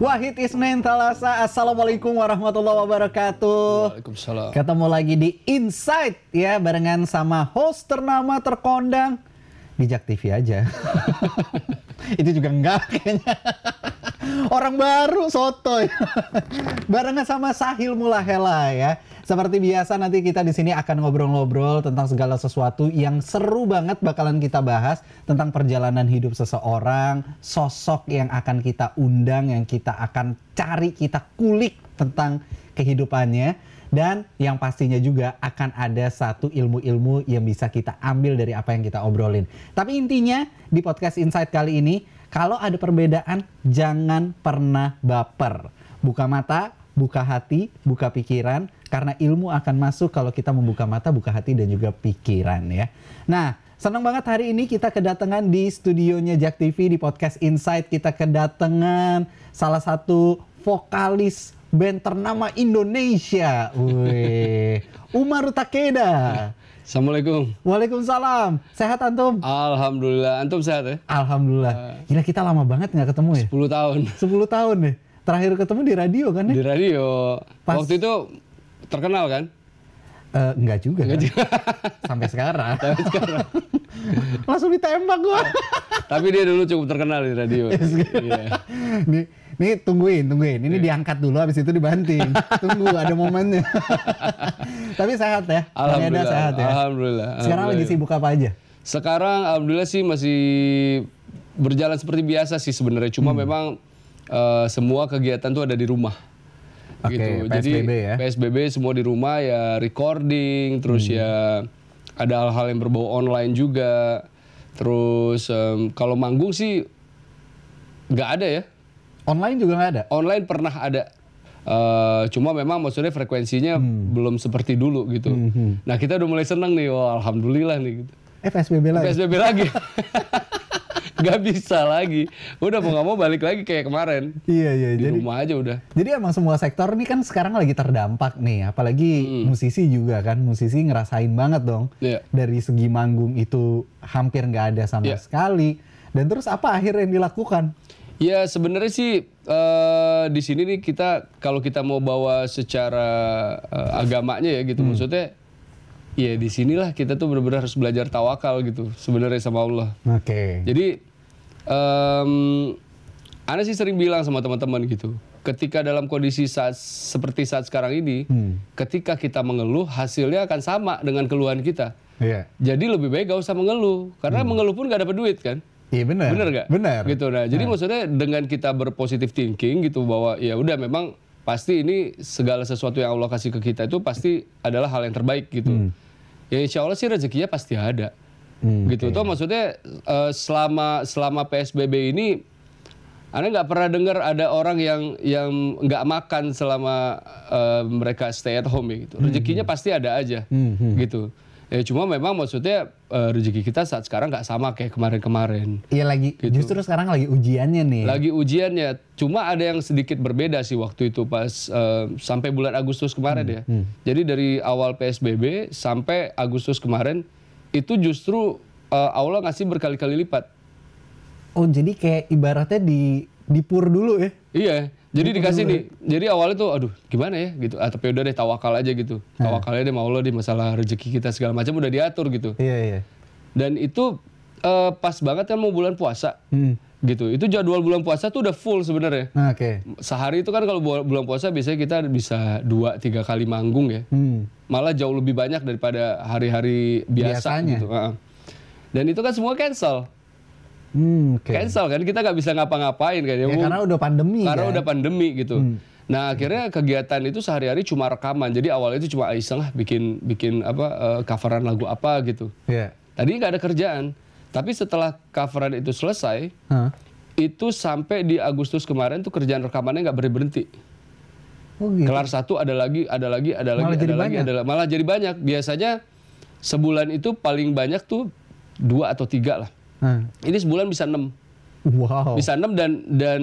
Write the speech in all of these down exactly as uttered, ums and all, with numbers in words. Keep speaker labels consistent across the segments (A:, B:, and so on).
A: Wahid Isnin Thalasa. Assalamualaikum warahmatullahi wabarakatuh.
B: Waalaikumsalam.
A: Ketemu lagi di Insight ya, barengan sama host ternama terkondang di Jak T V aja. Itu juga enggak kayaknya. Orang baru sotoy. Barengan sama Sahil Mulahela ya. Seperti biasa nanti kita di sini akan ngobrol-ngobrol tentang segala sesuatu yang seru banget bakalan kita bahas tentang perjalanan hidup seseorang, sosok yang akan kita undang, yang kita akan cari, kita kulik tentang kehidupannya, dan yang pastinya juga akan ada satu ilmu-ilmu yang bisa kita ambil dari apa yang kita obrolin. Tapi intinya di podcast Insight kali ini, kalau ada perbedaan jangan pernah baper. Buka mata, buka hati, buka pikiran, karena ilmu akan masuk kalau kita membuka mata, buka hati, dan juga pikiran ya. Nah, senang banget hari ini kita kedatangan di studionya Jak T V di podcast Insight. Kita kedatangan salah satu vokalis band ternama Indonesia. Wih, Umar Takeda.
B: Assalamualaikum.
A: Waalaikumsalam. Sehat antum?
B: Alhamdulillah. Antum sehat ya?
A: Alhamdulillah. Gila, kita lama banget nggak ketemu ya?
B: sepuluh tahun.
A: sepuluh tahun nih. Terakhir ketemu di radio kan ya?
B: Di radio.
A: Pas...
B: Waktu itu terkenal kan?
A: Uh, enggak juga. Enggak kan? Juga. Sampai sekarang. Sampai sekarang. Langsung ditembak gua.
B: Tapi dia dulu cukup terkenal di radio.
A: Yeah. Nih, nih tungguin, tungguin. Ini yeah. Diangkat dulu, habis itu dibanting. Tunggu, ada momennya. Tapi sehat ya?
B: Alhamdulillah.
A: Sehat ya?
B: Alhamdulillah.
A: Sekarang
B: Alhamdulillah.
A: lagi sibuk apa aja?
B: Sekarang alhamdulillah sih masih berjalan seperti biasa sih sebenarnya. Cuma hmm. memang uh, semua kegiatan tuh ada di rumah.
A: Oke, okay,
B: gitu.
A: P S B B
B: Jadi
A: ya?
B: P S B B semua di rumah ya, recording, terus hmm. ya ada hal-hal yang berbau online juga. Terus um, kalau manggung sih nggak ada ya.
A: Online juga nggak ada?
B: Online pernah ada. Uh, cuma memang maksudnya frekuensinya hmm. belum seperti dulu gitu. Hmm. Nah kita udah mulai seneng nih, wah alhamdulillah nih. Gitu.
A: Eh P S B B lagi?
B: P S B B lagi. Gak bisa lagi. Udah mau gak mau balik lagi kayak kemarin.
A: Iya, iya.
B: Di
A: jadi,
B: rumah aja udah.
A: Jadi emang semua sektor ini kan sekarang lagi terdampak nih. Apalagi hmm. musisi juga kan. Musisi ngerasain banget dong. Yeah. Dari segi manggung itu hampir gak ada sama yeah. sekali. Dan terus apa akhirnya yang dilakukan?
B: Ya sebenarnya sih uh, di sini nih kita kalau kita mau bawa secara uh, agamanya ya gitu. Hmm. Maksudnya ya di sinilah kita tuh benar-benar harus belajar tawakal gitu sebenarnya sama Allah.
A: Oke. Okay.
B: Jadi um, Ana sih sering bilang sama teman-teman gitu, ketika dalam kondisi saat seperti saat sekarang ini, hmm. ketika kita mengeluh hasilnya akan sama dengan keluhan kita.
A: Iya.
B: Jadi lebih baik gak usah mengeluh, karena hmm. mengeluh pun gak dapat duit kan.
A: Iya benar.
B: Benar gak?
A: Benar.
B: Gitu nah. Jadi
A: nah.
B: maksudnya dengan kita berpositif thinking gitu bahwa ya udah memang pasti ini segala sesuatu yang Allah kasih ke kita itu pasti adalah hal yang terbaik gitu. Hmm. Ya insya Allah sih rezekinya pasti ada, hmm, gitu. Okay. Tuh maksudnya uh, selama selama P S B B ini, Anda nggak pernah dengar ada orang yang yang nggak makan selama uh, mereka stay at home ya, gitu. Rezekinya hmm. pasti ada aja, hmm, gitu. Ya cuma memang maksudnya uh, rezeki kita saat sekarang nggak sama kayak kemarin-kemarin.
A: Iya lagi, gitu. Justru sekarang lagi ujiannya nih.
B: Lagi ujiannya, cuma ada yang sedikit berbeda sih waktu itu pas uh, sampai bulan Agustus kemarin hmm, ya. Hmm. Jadi dari awal P S B B sampai Agustus kemarin itu justru uh, Allah ngasih berkali-kali lipat.
A: Oh jadi kayak ibaratnya di dipur dulu ya? Iya.
B: Jadi dikasih nih, jadi awalnya tuh, aduh gimana ya gitu, ah, tapi udah deh tawakal aja gitu, tawakalnya deh sama Allah di masalah rezeki kita segala macam udah diatur gitu.
A: Iya iya.
B: Dan itu uh, pas banget kan mau bulan puasa, hmm. gitu. Itu jadwal bulan puasa tuh udah full sebenarnya.
A: Oke. Okay.
B: Sehari itu kan kalau bulan puasa biasanya kita bisa dua tiga kali manggung ya, hmm. malah jauh lebih banyak daripada hari-hari biasa. Biasanya. Gitu. Uh-uh. Dan itu kan semua cancel. Hmm, okay. Cancel kan, kita nggak bisa ngapa-ngapain kan ya,
A: ya karena udah pandemi
B: karena
A: kan?
B: udah pandemi gitu. Hmm. Nah akhirnya kegiatan itu sehari-hari cuma rekaman. Jadi awalnya itu cuma iseng lah bikin bikin apa uh, coveran lagu apa gitu. Yeah. Tadi nggak ada kerjaan. Tapi setelah coveran itu selesai, huh? itu sampai di Agustus kemarin tuh kerjaan rekamannya nggak berhenti. Oh, gitu. Kelar satu ada lagi, ada lagi, ada lagi, malah ada lagi, ada malah jadi banyak. Biasanya sebulan itu paling banyak tuh dua atau tiga lah. Hmm. Ini sebulan bisa enam.
A: Wow.
B: Bisa enam dan dan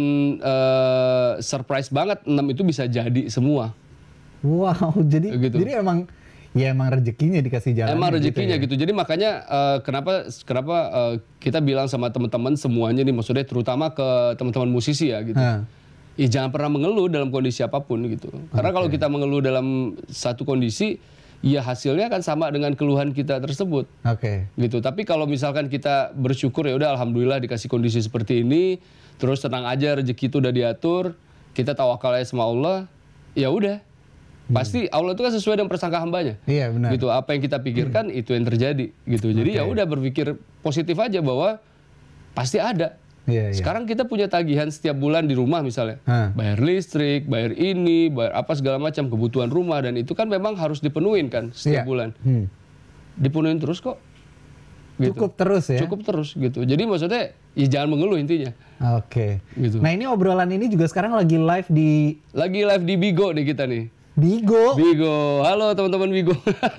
B: uh, surprise banget enam itu bisa jadi semua.
A: Wow, jadi gitu. Jadi emang ya emang rezekinya dikasih jalan.
B: Emang rezekinya
A: gitu, ya?
B: gitu. Jadi makanya uh, kenapa kenapa uh, kita bilang sama teman-teman semuanya nih, maksudnya terutama ke teman-teman musisi ya gitu. Hmm. ya jangan pernah mengeluh dalam kondisi apapun gitu. Karena okay. kalau kita mengeluh dalam satu kondisi, ya hasilnya akan sama dengan keluhan kita tersebut.
A: Oke. Okay.
B: Gitu. Tapi kalau misalkan kita bersyukur ya udah alhamdulillah dikasih kondisi seperti ini, terus tenang aja rezeki itu udah diatur, kita tawakal aja sama Allah, ya udah. Pasti Allah itu kan sesuai dengan prasangka hambanya.
A: Iya benar.
B: Gitu. Apa yang kita pikirkan hmm. itu yang terjadi. Gitu. Jadi okay. ya udah berpikir positif aja bahwa pasti ada.
A: Iya,
B: Sekarang iya. kita punya tagihan setiap bulan di rumah misalnya,
A: ha.
B: bayar listrik, bayar ini, bayar apa segala macam kebutuhan rumah dan itu kan memang harus dipenuhin kan setiap iya. bulan. Hmm. Dipenuhin terus kok. Gitu.
A: Cukup terus ya.
B: Cukup terus gitu. Jadi maksudnya ya jangan mengeluh intinya.
A: Oke.
B: Okay. Gitu.
A: Nah ini obrolan ini juga sekarang lagi live di.
B: Lagi live di Bigo nih kita nih.
A: Bigo.
B: Bigo. Halo teman-teman Bigo.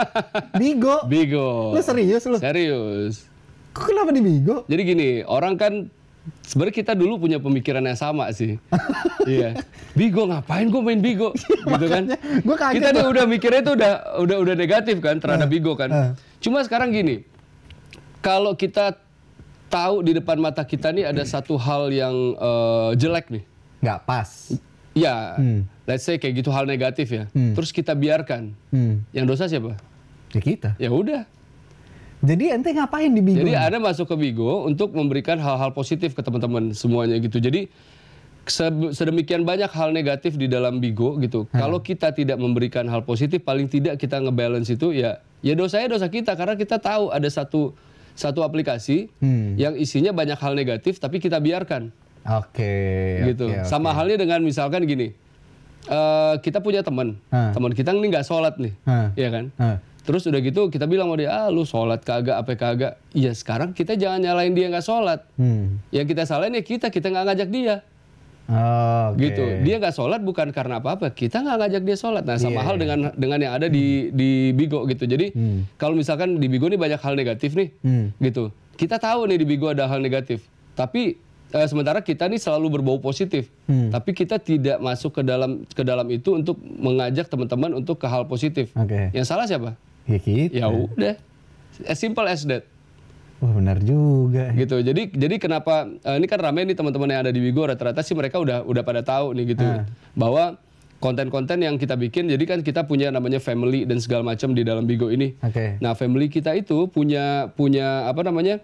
A: Bigo.
B: Bigo.
A: Lu serius lu?
B: Serius.
A: Kok kenapa di Bigo?
B: Jadi gini, orang kan sebenarnya kita dulu punya pemikiran yang sama sih. Iya. Bigo ngapain gue main Bigo? Gitu kan.
A: Gua kaget.
B: Kita nih udah mikirnya itu udah udah udah negatif kan terhadap uh, Bigo kan. Uh. Cuma sekarang gini. Kalau kita tahu di depan mata kita nih ada satu hal yang uh, jelek nih.
A: Nggak pas.
B: Ya, hmm. let's say kayak gitu hal negatif ya. Hmm. Terus kita biarkan. Hmm. Yang dosa siapa?
A: Ya kita.
B: Ya udah.
A: Jadi ente ngapain di Bigo?
B: Jadi Anda masuk ke Bigo untuk memberikan hal-hal positif ke teman-teman semuanya gitu. Jadi sedemikian banyak hal negatif di dalam Bigo gitu. Hmm. Kalau kita tidak memberikan hal positif, paling tidak kita ngebalance itu ya, ya dosanya dosa kita karena kita tahu ada satu satu aplikasi hmm. yang isinya banyak hal negatif tapi kita biarkan.
A: Oke. Okay,
B: gitu.
A: Okay,
B: Sama
A: okay.
B: halnya dengan misalkan gini, uh, kita punya teman, hmm. teman kita ini nggak sholat nih, hmm. ya kan? Hmm. Terus udah gitu kita bilang sama dia, ah lu sholat kagak, apa kagak. Iya sekarang kita jangan nyalain dia nggak sholat. Hmm. Yang kita salahin ya kita, kita nggak ngajak dia.
A: Oh, okay.
B: Gitu. Dia nggak sholat bukan karena apa-apa, kita nggak ngajak dia sholat. Nah sama yeah. hal dengan dengan yang ada hmm. di di Bigo gitu. Jadi hmm. kalau misalkan di Bigo ini banyak hal negatif nih, hmm. gitu. Kita tahu nih di Bigo ada hal negatif, tapi eh, sementara kita nih selalu berbau positif. Hmm. Tapi kita tidak masuk ke dalam ke dalam itu untuk mengajak teman-teman untuk ke hal positif.
A: Okay.
B: Yang salah siapa?
A: Ya kita.
B: Ya udah, as simple as that.
A: Wah benar juga.
B: Gitu. Jadi jadi kenapa uh, ini kan ramai nih teman-teman yang ada di Bigo rata-rata sih mereka udah udah pada tahu nih gitu ah. bahwa konten-konten yang kita bikin. Jadi kan kita punya namanya family dan segala macam di dalam Bigo ini.
A: Okay.
B: Nah family kita itu punya punya apa namanya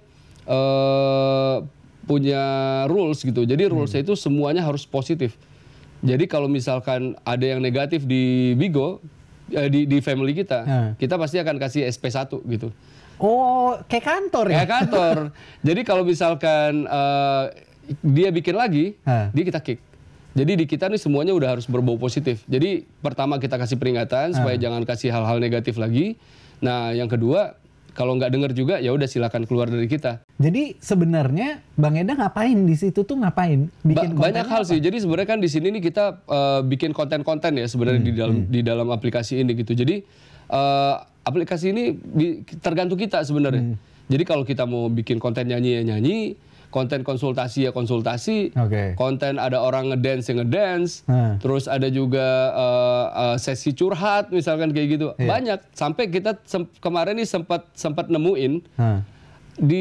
B: uh, punya rules gitu. Jadi rulesnya hmm. itu semuanya harus positif. Jadi kalau misalkan ada yang negatif di Bigo Di, di family kita, hmm. kita pasti akan kasih S P satu gitu.
A: Oh, kayak kantor ya?
B: Kayak kantor. Jadi kalau misalkan uh, dia bikin lagi, hmm. dia kita kick. Jadi di kita nih semuanya udah harus berbau positif. Jadi pertama kita kasih peringatan supaya hmm. jangan kasih hal-hal negatif lagi. Nah yang kedua, kalau nggak denger juga ya udah silakan keluar dari kita.
A: Jadi sebenarnya Bang Eda ngapain di situ tuh ngapain? Bikin
B: ba banyak hal apa? Sih. Jadi sebenarnya kan di sini nih kita uh, bikin konten-konten ya sebenarnya hmm, di dalam hmm. di dalam aplikasi ini gitu. Jadi uh, aplikasi ini di, tergantung kita sebenarnya. Hmm. Jadi kalau kita mau bikin konten nyanyi ya nyanyi, konten konsultasi ya konsultasi, okay. konten ada orang ngedance ya ngedance, hmm. terus ada juga uh, uh, sesi curhat misalkan kayak gitu, yeah. banyak. Sampai kita kemarin nih sempat sempat nemuin hmm. di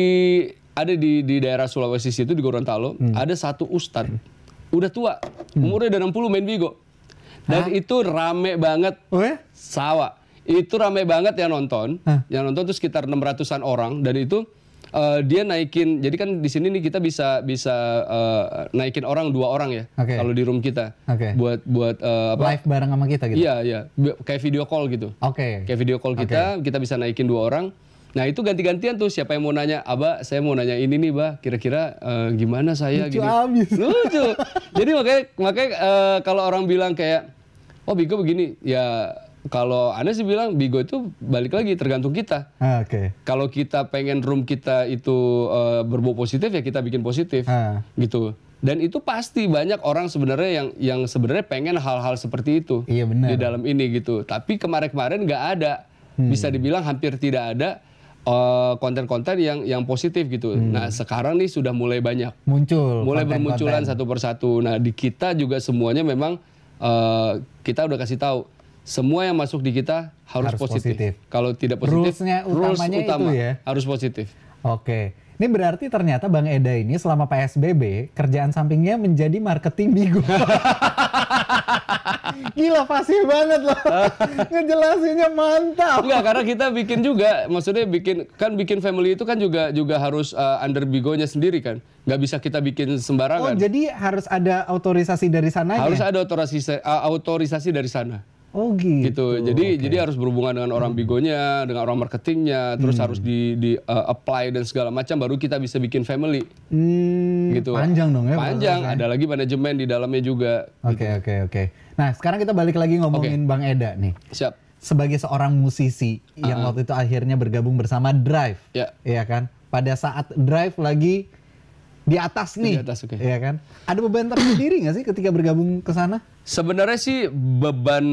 B: ada di di daerah Sulawesi situ di Gorontalo hmm. ada satu ustadz hmm. udah tua, hmm. umurnya udah enam puluh main Bigo dan Hah? itu rame banget,
A: oh ya?
B: Sawa itu rame banget yang nonton,
A: Hah?
B: yang nonton tuh sekitar enam ratusan orang dan itu Uh, dia naikin, jadi kan di sini nih kita bisa bisa uh, naikin orang dua orang ya, okay. kalau di room kita,
A: okay.
B: buat buat uh, apa?
A: Live bareng sama kita gitu.
B: Iya iya, kayak video call gitu.
A: Oke. Okay.
B: Kayak video call kita, okay. kita bisa naikin dua orang. Nah itu ganti-gantian tuh siapa yang mau nanya, Aba saya mau nanya ini nih, Bah, kira-kira uh, gimana saya
A: lucu
B: gini.
A: Abis.
B: Lucu. Jadi makanya makanya uh, kalau orang bilang kayak, oh Bigo begini, ya. Kalau Anda sih bilang Bigo itu balik lagi tergantung kita.
A: Ah, Oke. Okay.
B: Kalau kita pengen room kita itu uh, berbau positif ya kita bikin positif, ah. gitu. Dan itu pasti banyak orang sebenarnya yang yang sebenarnya pengen hal-hal seperti itu
A: iya, benar.
B: di dalam ini gitu. Tapi kemarin-kemarin nggak ada, hmm. bisa dibilang hampir tidak ada konten-konten uh, yang yang positif gitu. Hmm. Nah sekarang nih sudah mulai banyak.
A: Muncul.
B: Mulai bermunculan satu persatu. Nah di kita juga semuanya memang uh, kita udah kasih tahu. Semua yang masuk di kita harus, harus positif. positif. Kalau tidak positif,
A: Rules-nya utamanya
B: rules utama
A: itu ya?
B: harus positif.
A: Oke. Ini berarti ternyata Bang Eda ini selama P S B B kerjaan sampingnya menjadi marketing Bigo. Gila fasih banget loh. Ngejelasinnya mantap.
B: Enggak, karena kita bikin juga, maksudnya bikin kan bikin family itu kan juga juga harus uh, under Bigonya sendiri kan. Nggak bisa kita bikin
A: Oh,
B: sembarangan.
A: jadi harus ada otorisasi dari sananya?
B: Harus ada otorisasi uh, otorisasi dari sana.
A: Oh gitu.
B: Gitu. Jadi jadi harus berhubungan dengan orang Bigonya, dengan orang marketingnya, terus harus di di uh, apply dan segala macam baru kita bisa bikin family.
A: Hmm,
B: Gitu.
A: Panjang dong ya.
B: Panjang,
A: prosesnya.
B: ada lagi manajemen di dalamnya juga.
A: Oke oke oke. Nah sekarang kita balik lagi ngomongin Bang Eda nih.
B: Siap.
A: Sebagai seorang musisi yang
B: Uh-uh.
A: waktu itu akhirnya bergabung bersama Drive,
B: Ya.
A: iya kan? Pada saat Drive lagi di atas nih,
B: Di atas, oke.
A: iya kan? Ada beban tersendiri nggak sih ketika bergabung ke sana?
B: Sebenarnya sih beban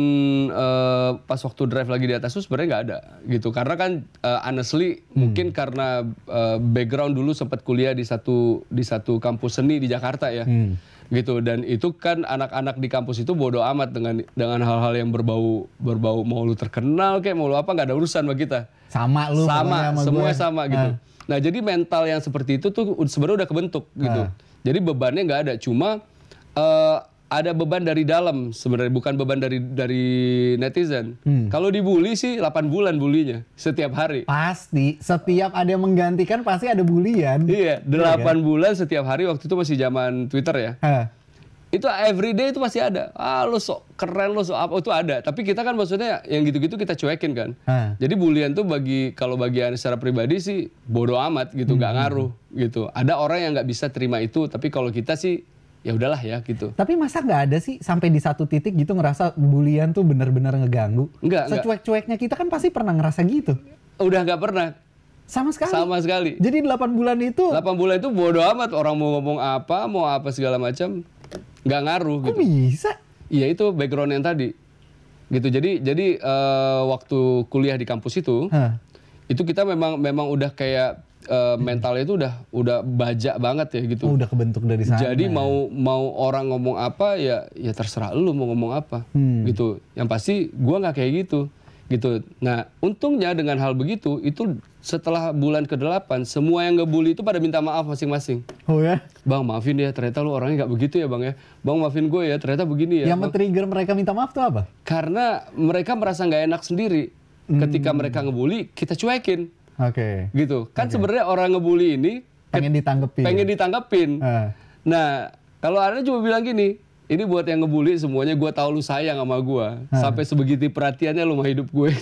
B: eh, pas waktu drive lagi di atas tuh sebenarnya nggak ada gitu karena kan eh, honestly mungkin karena eh, background dulu sempat kuliah di satu di satu kampus seni di Jakarta ya gitu dan itu kan anak-anak di kampus itu bodoh amat dengan dengan hal-hal yang berbau berbau mau lu terkenal kayak mau lu apa nggak ada urusan sama kita
A: Sama lu, pokoknya
B: sama
A: sama
B: semua
A: gue.
B: sama gitu.
A: Ah.
B: Nah jadi mental yang seperti itu tuh sebenarnya udah kebentuk gitu.
A: Ah.
B: Jadi bebannya nggak ada, cuma eh, ada beban dari dalam sebenarnya bukan beban dari dari netizen.
A: Hmm.
B: Kalau dibully sih delapan bulan bulinya setiap hari.
A: Pasti setiap ada yang menggantikan pasti ada bulian.
B: Iya, delapan bulan setiap hari waktu itu masih zaman Twitter ya.
A: Hah.
B: Itu everyday itu masih ada. Ah lu sok keren lu sok apa itu ada. Tapi kita kan maksudnya yang gitu-gitu kita cuekin kan.
A: Hah.
B: Jadi bulian tuh bagi kalau bagi Anda secara pribadi sih bodoh amat gitu, nggak ngaruh gitu. Ada orang yang nggak bisa terima itu, tapi kalau kita sih ya udahlah ya gitu.
A: Tapi masa nggak ada sih sampai di satu titik gitu ngerasa bulian tuh benar-benar ngeganggu?
B: Enggak, enggak.
A: Secuek-cueknya kita kan pasti pernah ngerasa gitu.
B: Udah nggak pernah
A: Sama sekali.
B: sama sekali.
A: Jadi delapan bulan itu
B: delapan bulan itu bodoh amat orang mau ngomong apa, mau apa segala macam nggak ngaruh
A: kok
B: gitu.
A: bisa?
B: Iya itu background yang tadi. Gitu. Jadi jadi eh, waktu kuliah di kampus itu
A: Hah.
B: itu kita memang memang udah kayak eh, mentalnya itu udah udah bajak banget ya gitu.
A: Oh, udah kebentuk dari sana.
B: Jadi mau mau orang ngomong apa ya ya terserah lu mau ngomong apa
A: Hmm.
B: gitu. Yang pasti gua nggak kayak gitu gitu. Nah untungnya dengan hal begitu itu setelah bulan kedelapan semua yang ngebully itu pada minta maaf masing-masing.
A: Oh ya?
B: Bang maafin ya ternyata lu orangnya nggak begitu ya bang ya. Bang maafin gue ya ternyata begini ya.
A: Yang
B: Bang.
A: men-trigger mereka minta maaf tuh apa?
B: Karena mereka merasa nggak enak sendiri ketika mereka ngebully kita cuekin
A: Oke.
B: gitu. Kan sebenarnya orang ngebully ini
A: Pengen ditanggepin.
B: pengen ditanggepin.
A: Ah.
B: Nah, kalau Anda cuma bilang gini, ini buat yang ngebully semuanya gue tahu lu sayang sama gue. Sampai sebegitu perhatiannya lu sama hidup gue.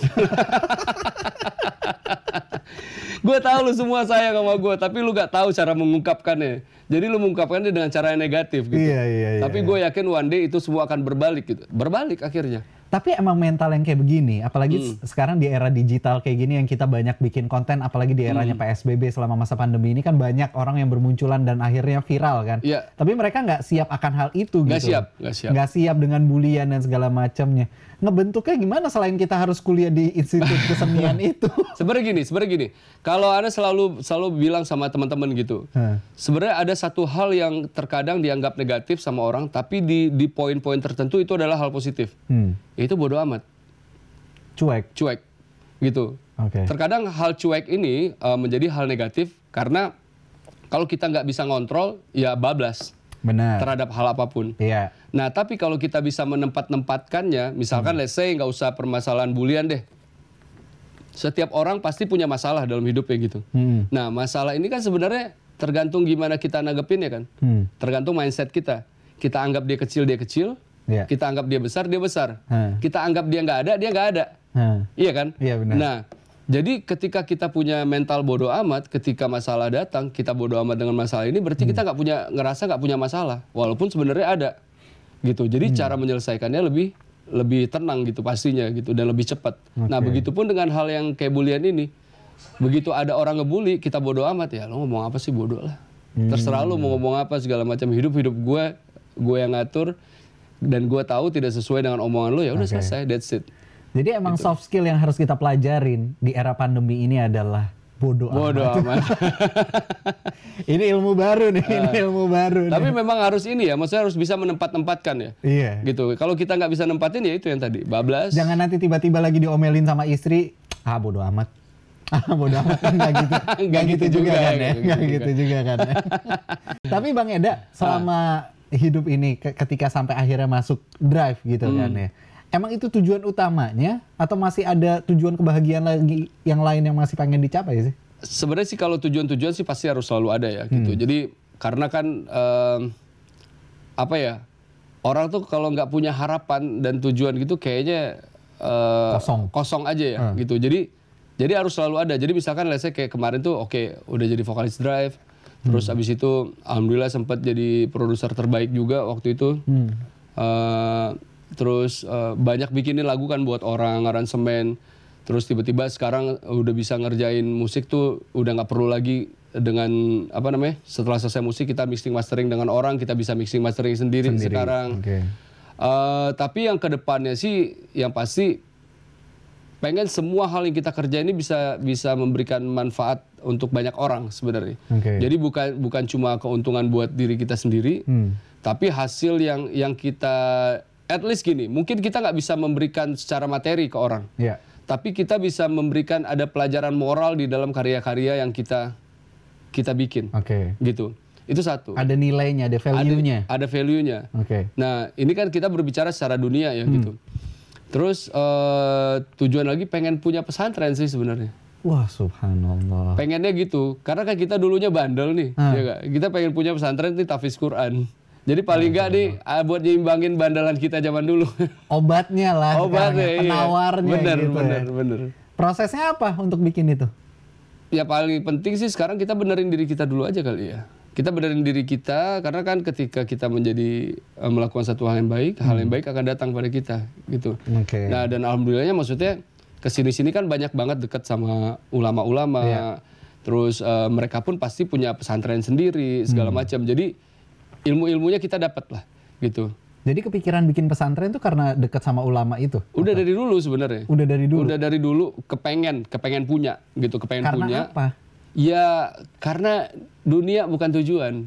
B: Gue tahu lu semua sayang sama gue, tapi lu gak tahu cara mengungkapkannya. Jadi lu mengungkapkannya dengan cara yang negatif gitu.
A: Iya, iya, iya.
B: Tapi gue yakin one day itu semua akan berbalik gitu. Berbalik akhirnya.
A: Tapi emang mental yang kayak begini, apalagi
B: Hmm.
A: s- sekarang di era digital kayak gini yang kita banyak bikin konten, apalagi di eranya
B: Hmm.
A: P S B B selama masa pandemi ini kan banyak orang yang bermunculan dan akhirnya viral kan.
B: Iya.
A: Tapi mereka nggak siap akan hal itu
B: Nggak
A: gitu.
B: siap, nggak siap.
A: Nggak siap dengan bulian dan segala macamnya. Ngebentuknya gimana selain kita harus kuliah di institut kesenian itu?
B: Sebenarnya gini, sebenarnya gini. Kalau Anda selalu selalu bilang sama teman-teman gitu.
A: Hah.
B: Sebenarnya ada satu hal yang terkadang dianggap negatif sama orang, tapi di di poin-poin tertentu itu adalah hal positif.
A: Hmm.
B: Itu bodoh amat,
A: Cuek.
B: cuek, gitu.
A: Oke.
B: Terkadang hal cuek ini eh, menjadi hal negatif karena kalau kita nggak bisa ngontrol, ya bablas
A: Benar.
B: terhadap hal apapun.
A: Iya.
B: Nah, tapi kalau kita bisa menempat-tempatkannya, misalkan let's say nggak usah permasalahan bulian deh. Setiap orang pasti punya masalah dalam hidupnya gitu.
A: Hmm.
B: Nah, masalah ini kan sebenarnya tergantung gimana kita nanggepinnya kan.
A: Hmm.
B: Tergantung mindset kita. Kita anggap dia kecil, dia kecil.
A: Iya.
B: Kita anggap dia besar, dia besar.
A: Hmm.
B: Kita anggap dia nggak ada, dia nggak ada.
A: Hah.
B: Iya kan?
A: Iya, benar.
B: Nah, jadi ketika kita punya mental bodoh amat, ketika masalah datang, kita bodoh amat dengan masalah ini, berarti kita nggak punya ngerasa nggak punya masalah, walaupun sebenarnya ada, gitu. Jadi cara menyelesaikannya lebih lebih tenang gitu pastinya gitu dan lebih cepat. Nah,
A: Oke.
B: begitupun dengan hal yang kayak bulian ini, begitu ada orang ngebully, kita bodoh amat ya, lo ngomong apa sih bodoh lah, terserah lo mau ngomong apa segala macam hidup hidup gue, gue yang ngatur dan gue tahu tidak sesuai dengan omongan lo ya udah
A: Oke.
B: selesai, that's it.
A: Jadi emang soft skill yang harus kita pelajarin di era pandemi ini adalah bodoh
B: Bodoh
A: amat.
B: amat.
A: Ini ilmu baru nih, ini ilmu baru.
B: Tapi
A: nih.
B: memang harus ini ya, maksudnya harus bisa menempat-tempatkan ya.
A: Iya.
B: Gitu. Kalau kita nggak bisa nempatin ya itu yang tadi, bablas.
A: Jangan nanti tiba-tiba lagi diomelin sama istri, ah bodoh amat. Ah, bodo amat, nggak gitu, nggak gitu,
B: gitu
A: juga
B: juga,
A: kan ya,
B: nggak gitu
A: nggak
B: juga.
A: gitu juga kan. Tapi Bang Eda, selama hidup ini, ke- ketika sampai akhirnya masuk Drive gitu
B: Hmm.
A: kan ya, emang itu tujuan utamanya atau masih ada tujuan kebahagiaan lagi yang lain yang masih pengen dicapai sih?
B: Sebenarnya sih kalau tujuan-tujuan sih pasti harus selalu ada ya
A: Hmm.
B: gitu. Jadi karena kan em, apa ya, orang tuh kalau nggak punya harapan dan tujuan gitu kayaknya eh,
A: Kosong.
B: kosong aja ya
A: Hmm.
B: gitu. Jadi jadi harus selalu ada. Jadi misalkan let's say kayak kemarin tuh oke udah jadi vokalis Drive, terus
A: Hmm.
B: abis itu alhamdulillah sempat jadi produser terbaik juga waktu itu.
A: Hmm.
B: Eh, terus eh, banyak bikinin lagu kan buat orang, aransemen. Terus tiba-tiba sekarang udah bisa ngerjain musik tuh udah nggak perlu lagi dengan apa namanya, setelah selesai musik kita mixing mastering dengan orang, kita bisa mixing mastering sendiri,
A: Sendiri,
B: sekarang.
A: oke.
B: Eh, tapi yang kedepannya sih yang pasti pengen semua hal yang kita kerja ini bisa bisa memberikan manfaat untuk banyak orang sebenarnya.
A: Oke.
B: Jadi bukan bukan cuma keuntungan buat diri kita sendiri,
A: Hmm.
B: tapi hasil yang yang kita at least gini, mungkin kita nggak bisa memberikan secara materi ke orang,
A: Ya.
B: tapi kita bisa memberikan ada pelajaran moral di dalam karya-karya yang kita kita bikin,
A: Oke.
B: gitu. Itu satu.
A: Ada nilainya, ada value-nya.
B: Ada value-nya.
A: Oke.
B: Nah, ini kan kita berbicara secara dunia ya gitu. Terus eh, tujuan lagi pengen punya pesantren sih sebenarnya.
A: Wah, subhanallah.
B: Pengennya gitu. Karena kan kita dulunya bandel nih,
A: Ah.
B: ya nggak? Kita pengen punya pesantren nih tahfiz Quran. Jadi paling nggak nih ah, buat nyimbangin bandalan kita zaman dulu.
A: Obatnya lah,
B: Obatnya,
A: sekarang ya,
B: iya.
A: penawarnya
B: Bener,
A: gitu
B: bener,
A: ya.
B: bener.
A: Prosesnya apa untuk bikin itu?
B: Ya paling penting sih sekarang kita benerin diri kita dulu aja kali ya. Kita benerin diri kita karena kan ketika kita menjadi eh, melakukan satu hal yang baik, hal yang baik akan datang pada kita gitu.
A: Oke.
B: Nah dan alhamdulillahnya maksudnya kesini-sini kan banyak banget dekat sama ulama-ulama.
A: Iya.
B: Terus eh, mereka pun pasti punya pesantren sendiri segala
A: Hmm.
B: macam. Jadi ilmu-ilmunya kita dapat lah gitu.
A: Jadi kepikiran bikin pesantren itu karena dekat sama ulama itu?
B: Udah dari dulu sebenarnya.
A: Udah dari dulu?
B: Udah dari dulu kepengen, kepengen punya gitu, kepengen
A: Karena
B: punya.
A: apa?
B: Ya karena dunia bukan tujuan.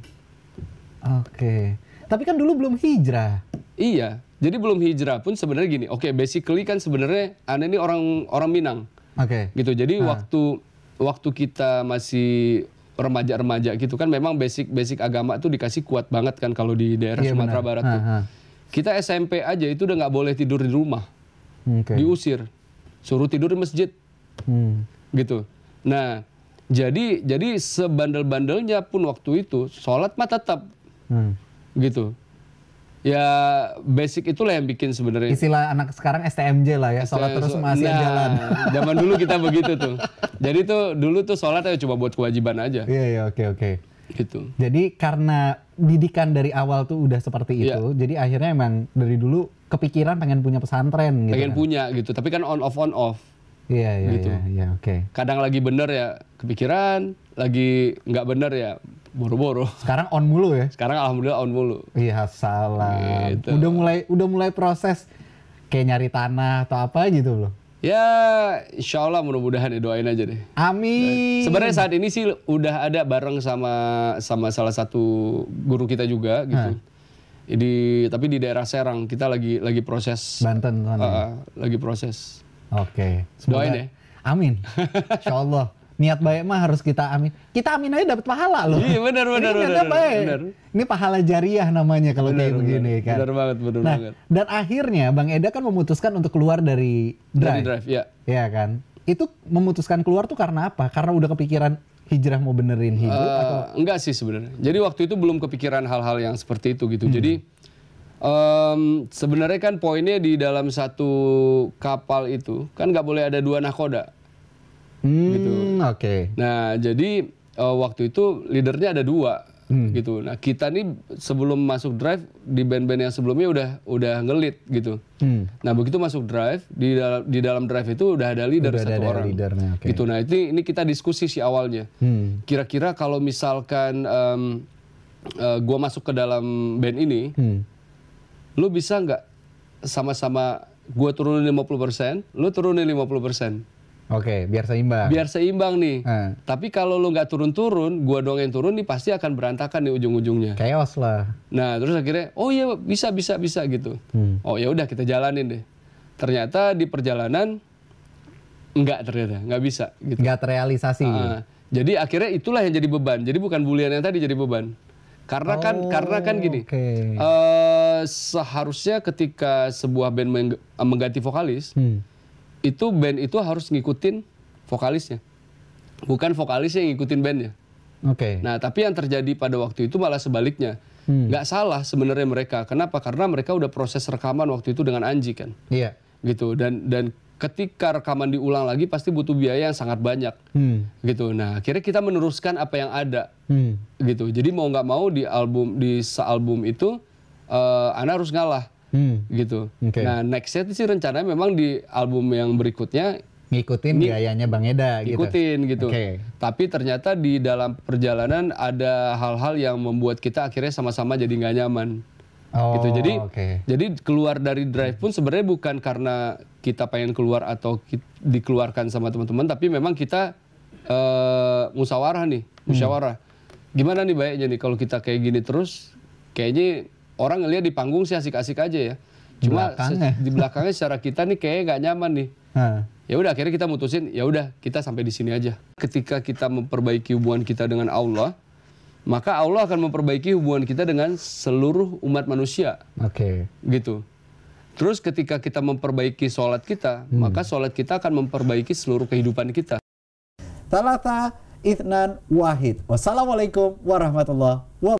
A: Oke. Tapi kan dulu belum hijrah.
B: Iya. Jadi belum hijrah pun sebenarnya gini. Oke, basically kan sebenarnya Anda ini orang orang Minang.
A: Oke.
B: Gitu. Jadi waktu waktu kita masih remaja-remaja gitu kan memang basic-basic agama tuh dikasih kuat banget kan kalau di daerah
A: Iya,
B: Sumatera
A: benar.
B: Barat
A: Ha,
B: tuh.
A: ha.
B: Kita S M P aja itu udah nggak boleh tidur di rumah.
A: Oke.
B: Diusir. Suruh tidur di masjid.
A: Hmm.
B: Gitu. Nah, jadi jadi sebandel-bandelnya pun waktu itu sholat mah tetap
A: Hmm.
B: gitu. Ya basic itulah yang bikin sebenarnya.
A: Istilah anak sekarang S T M J lah ya, sholat terus masih
B: Nah,
A: jalan.
B: Zaman dulu kita begitu tuh. Jadi tuh dulu tuh sholat aja cuma buat kewajiban aja
A: Iya, iya, oke, oke.
B: gitu.
A: Jadi karena didikan dari awal tuh udah seperti
B: Iya.
A: itu, jadi akhirnya emang dari dulu kepikiran pengen punya pesantren gitu.
B: Pengen
A: kan?
B: punya gitu. Tapi kan on off on off.
A: Iya, iya,
B: gitu.
A: iya, iya, oke.
B: Kadang lagi bener ya kepikiran, lagi nggak bener ya boro-boro.
A: Sekarang on mulu ya?
B: Sekarang alhamdulillah on mulu.
A: Iya, salah.
B: Gitu.
A: Udah mulai udah mulai proses kayak nyari tanah atau apa gitu loh.
B: Ya insya Allah mudah-mudahan ya doain aja deh.
A: Amin.
B: Sebenarnya saat ini sih udah ada bareng sama sama salah satu guru kita juga gitu. Di tapi di daerah Serang kita lagi lagi proses
A: Banten sana.
B: uh, lagi proses.
A: Oke.
B: Doain
A: Semoga-
B: ya.
A: Amin. Insya Allah. Niat baik mah harus kita amin. Kita amin aja dapat pahala loh.
B: Iya, benar, benar,
A: Ini niatnya
B: benar,
A: baik.
B: benar.
A: Ini pahala jariah namanya kalau kayak begini kan.
B: Benar banget, benar
A: Nah,
B: banget.
A: dan akhirnya Bang Eda kan memutuskan untuk keluar dari
B: Dari
A: Drive.
B: drive ya.
A: Iya kan? Itu memutuskan keluar tuh karena apa? Karena udah kepikiran hijrah mau benerin hidup
B: Eh,
A: atau
B: enggak sih sebenarnya. Jadi waktu itu belum kepikiran hal-hal yang seperti itu
A: Hmm.
B: gitu. Jadi em, sebenarnya kan poinnya di dalam satu kapal itu kan nggak boleh ada dua nahkoda.
A: hmm,
B: gitu.
A: oke.
B: Nah jadi eh, waktu itu leadernya ada dua
A: Hmm.
B: gitu. Nah kita nih sebelum masuk drive di band-band yang sebelumnya udah udah ngelit gitu.
A: Hmm.
B: Nah begitu masuk drive di dalam di dalam drive itu udah ada leader
A: Udah
B: satu
A: ada
B: orang.
A: leadernya, oke.
B: Gitu. Nah ini ini kita diskusi sih awalnya.
A: Hmm.
B: Kira-kira kalau misalkan em, eh, gua masuk ke dalam band ini,
A: Hmm.
B: lu bisa nggak sama-sama gua turunin lima puluh persen, lu turunin lima puluh persen.
A: Oke, biar seimbang.
B: Biar seimbang nih.
A: Ah.
B: Tapi kalau lu nggak turun-turun, gua doang yang turun nih pasti akan berantakan nih ujung-ujungnya.
A: Chaos lah.
B: Nah, terus akhirnya oh iya bisa bisa bisa gitu.
A: Hmm.
B: Oh ya udah kita jalanin deh. Ternyata di perjalanan Enggak ternyata, nggak bisa. Gitu.
A: Nggak terrealisasi.
B: Uh, jadi akhirnya itulah yang jadi beban. Jadi bukan bulian yang tadi jadi beban. Karena kan
A: Oh,
B: karena kan gini,
A: okay.
B: uh, seharusnya ketika sebuah band meng- mengganti vokalis, hmm. itu band itu harus ngikutin vokalisnya, bukan vokalisnya yang ngikutin bandnya.
A: Oke. Okay.
B: Nah tapi yang terjadi pada waktu itu malah sebaliknya, hmm. nggak salah sebenarnya mereka. Kenapa? Karena mereka udah proses rekaman waktu itu dengan Anji kan.
A: Iya.
B: Gitu dan dan ketika rekaman diulang lagi pasti butuh biaya yang sangat banyak, hmm. gitu. Nah, akhirnya kita meneruskan apa yang ada, hmm. gitu. Jadi mau nggak mau di album di sealbum itu, uh, Ana harus ngalah, hmm. gitu. Okay. Nah, nextnya sih rencananya memang di album yang berikutnya
A: ngikutin gayanya Bang Eda,
B: ngikutin,
A: gitu.
B: gitu. Okay. Tapi ternyata di dalam perjalanan ada hal-hal yang membuat kita akhirnya sama-sama jadi nggak nyaman.
A: Oh,
B: gitu. Jadi,
A: okay.
B: jadi keluar dari Drive pun sebenarnya bukan karena kita pengen keluar atau kita dikeluarkan sama teman-teman, tapi memang kita uh, musyawarah nih, musyawarah. Hmm. Gimana nih baiknya nih kalau kita kayak gini terus, kayaknya orang ngelihat di panggung sih asik-asik aja ya. Cuma belakangnya. di belakangnya secara kita nih kayaknya nggak nyaman nih. Ya udah akhirnya kita mutusin, ya udah kita sampai di sini aja. Ketika kita memperbaiki hubungan kita dengan Allah, maka Allah akan memperbaiki hubungan kita dengan seluruh umat manusia. Oke. Okay. Gitu. Terus ketika kita memperbaiki sholat kita, hmm. maka sholat kita akan memperbaiki seluruh kehidupan kita.
A: Salata Ithnan Wahid. Wassalamualaikum warahmatullahi wabarakatuh.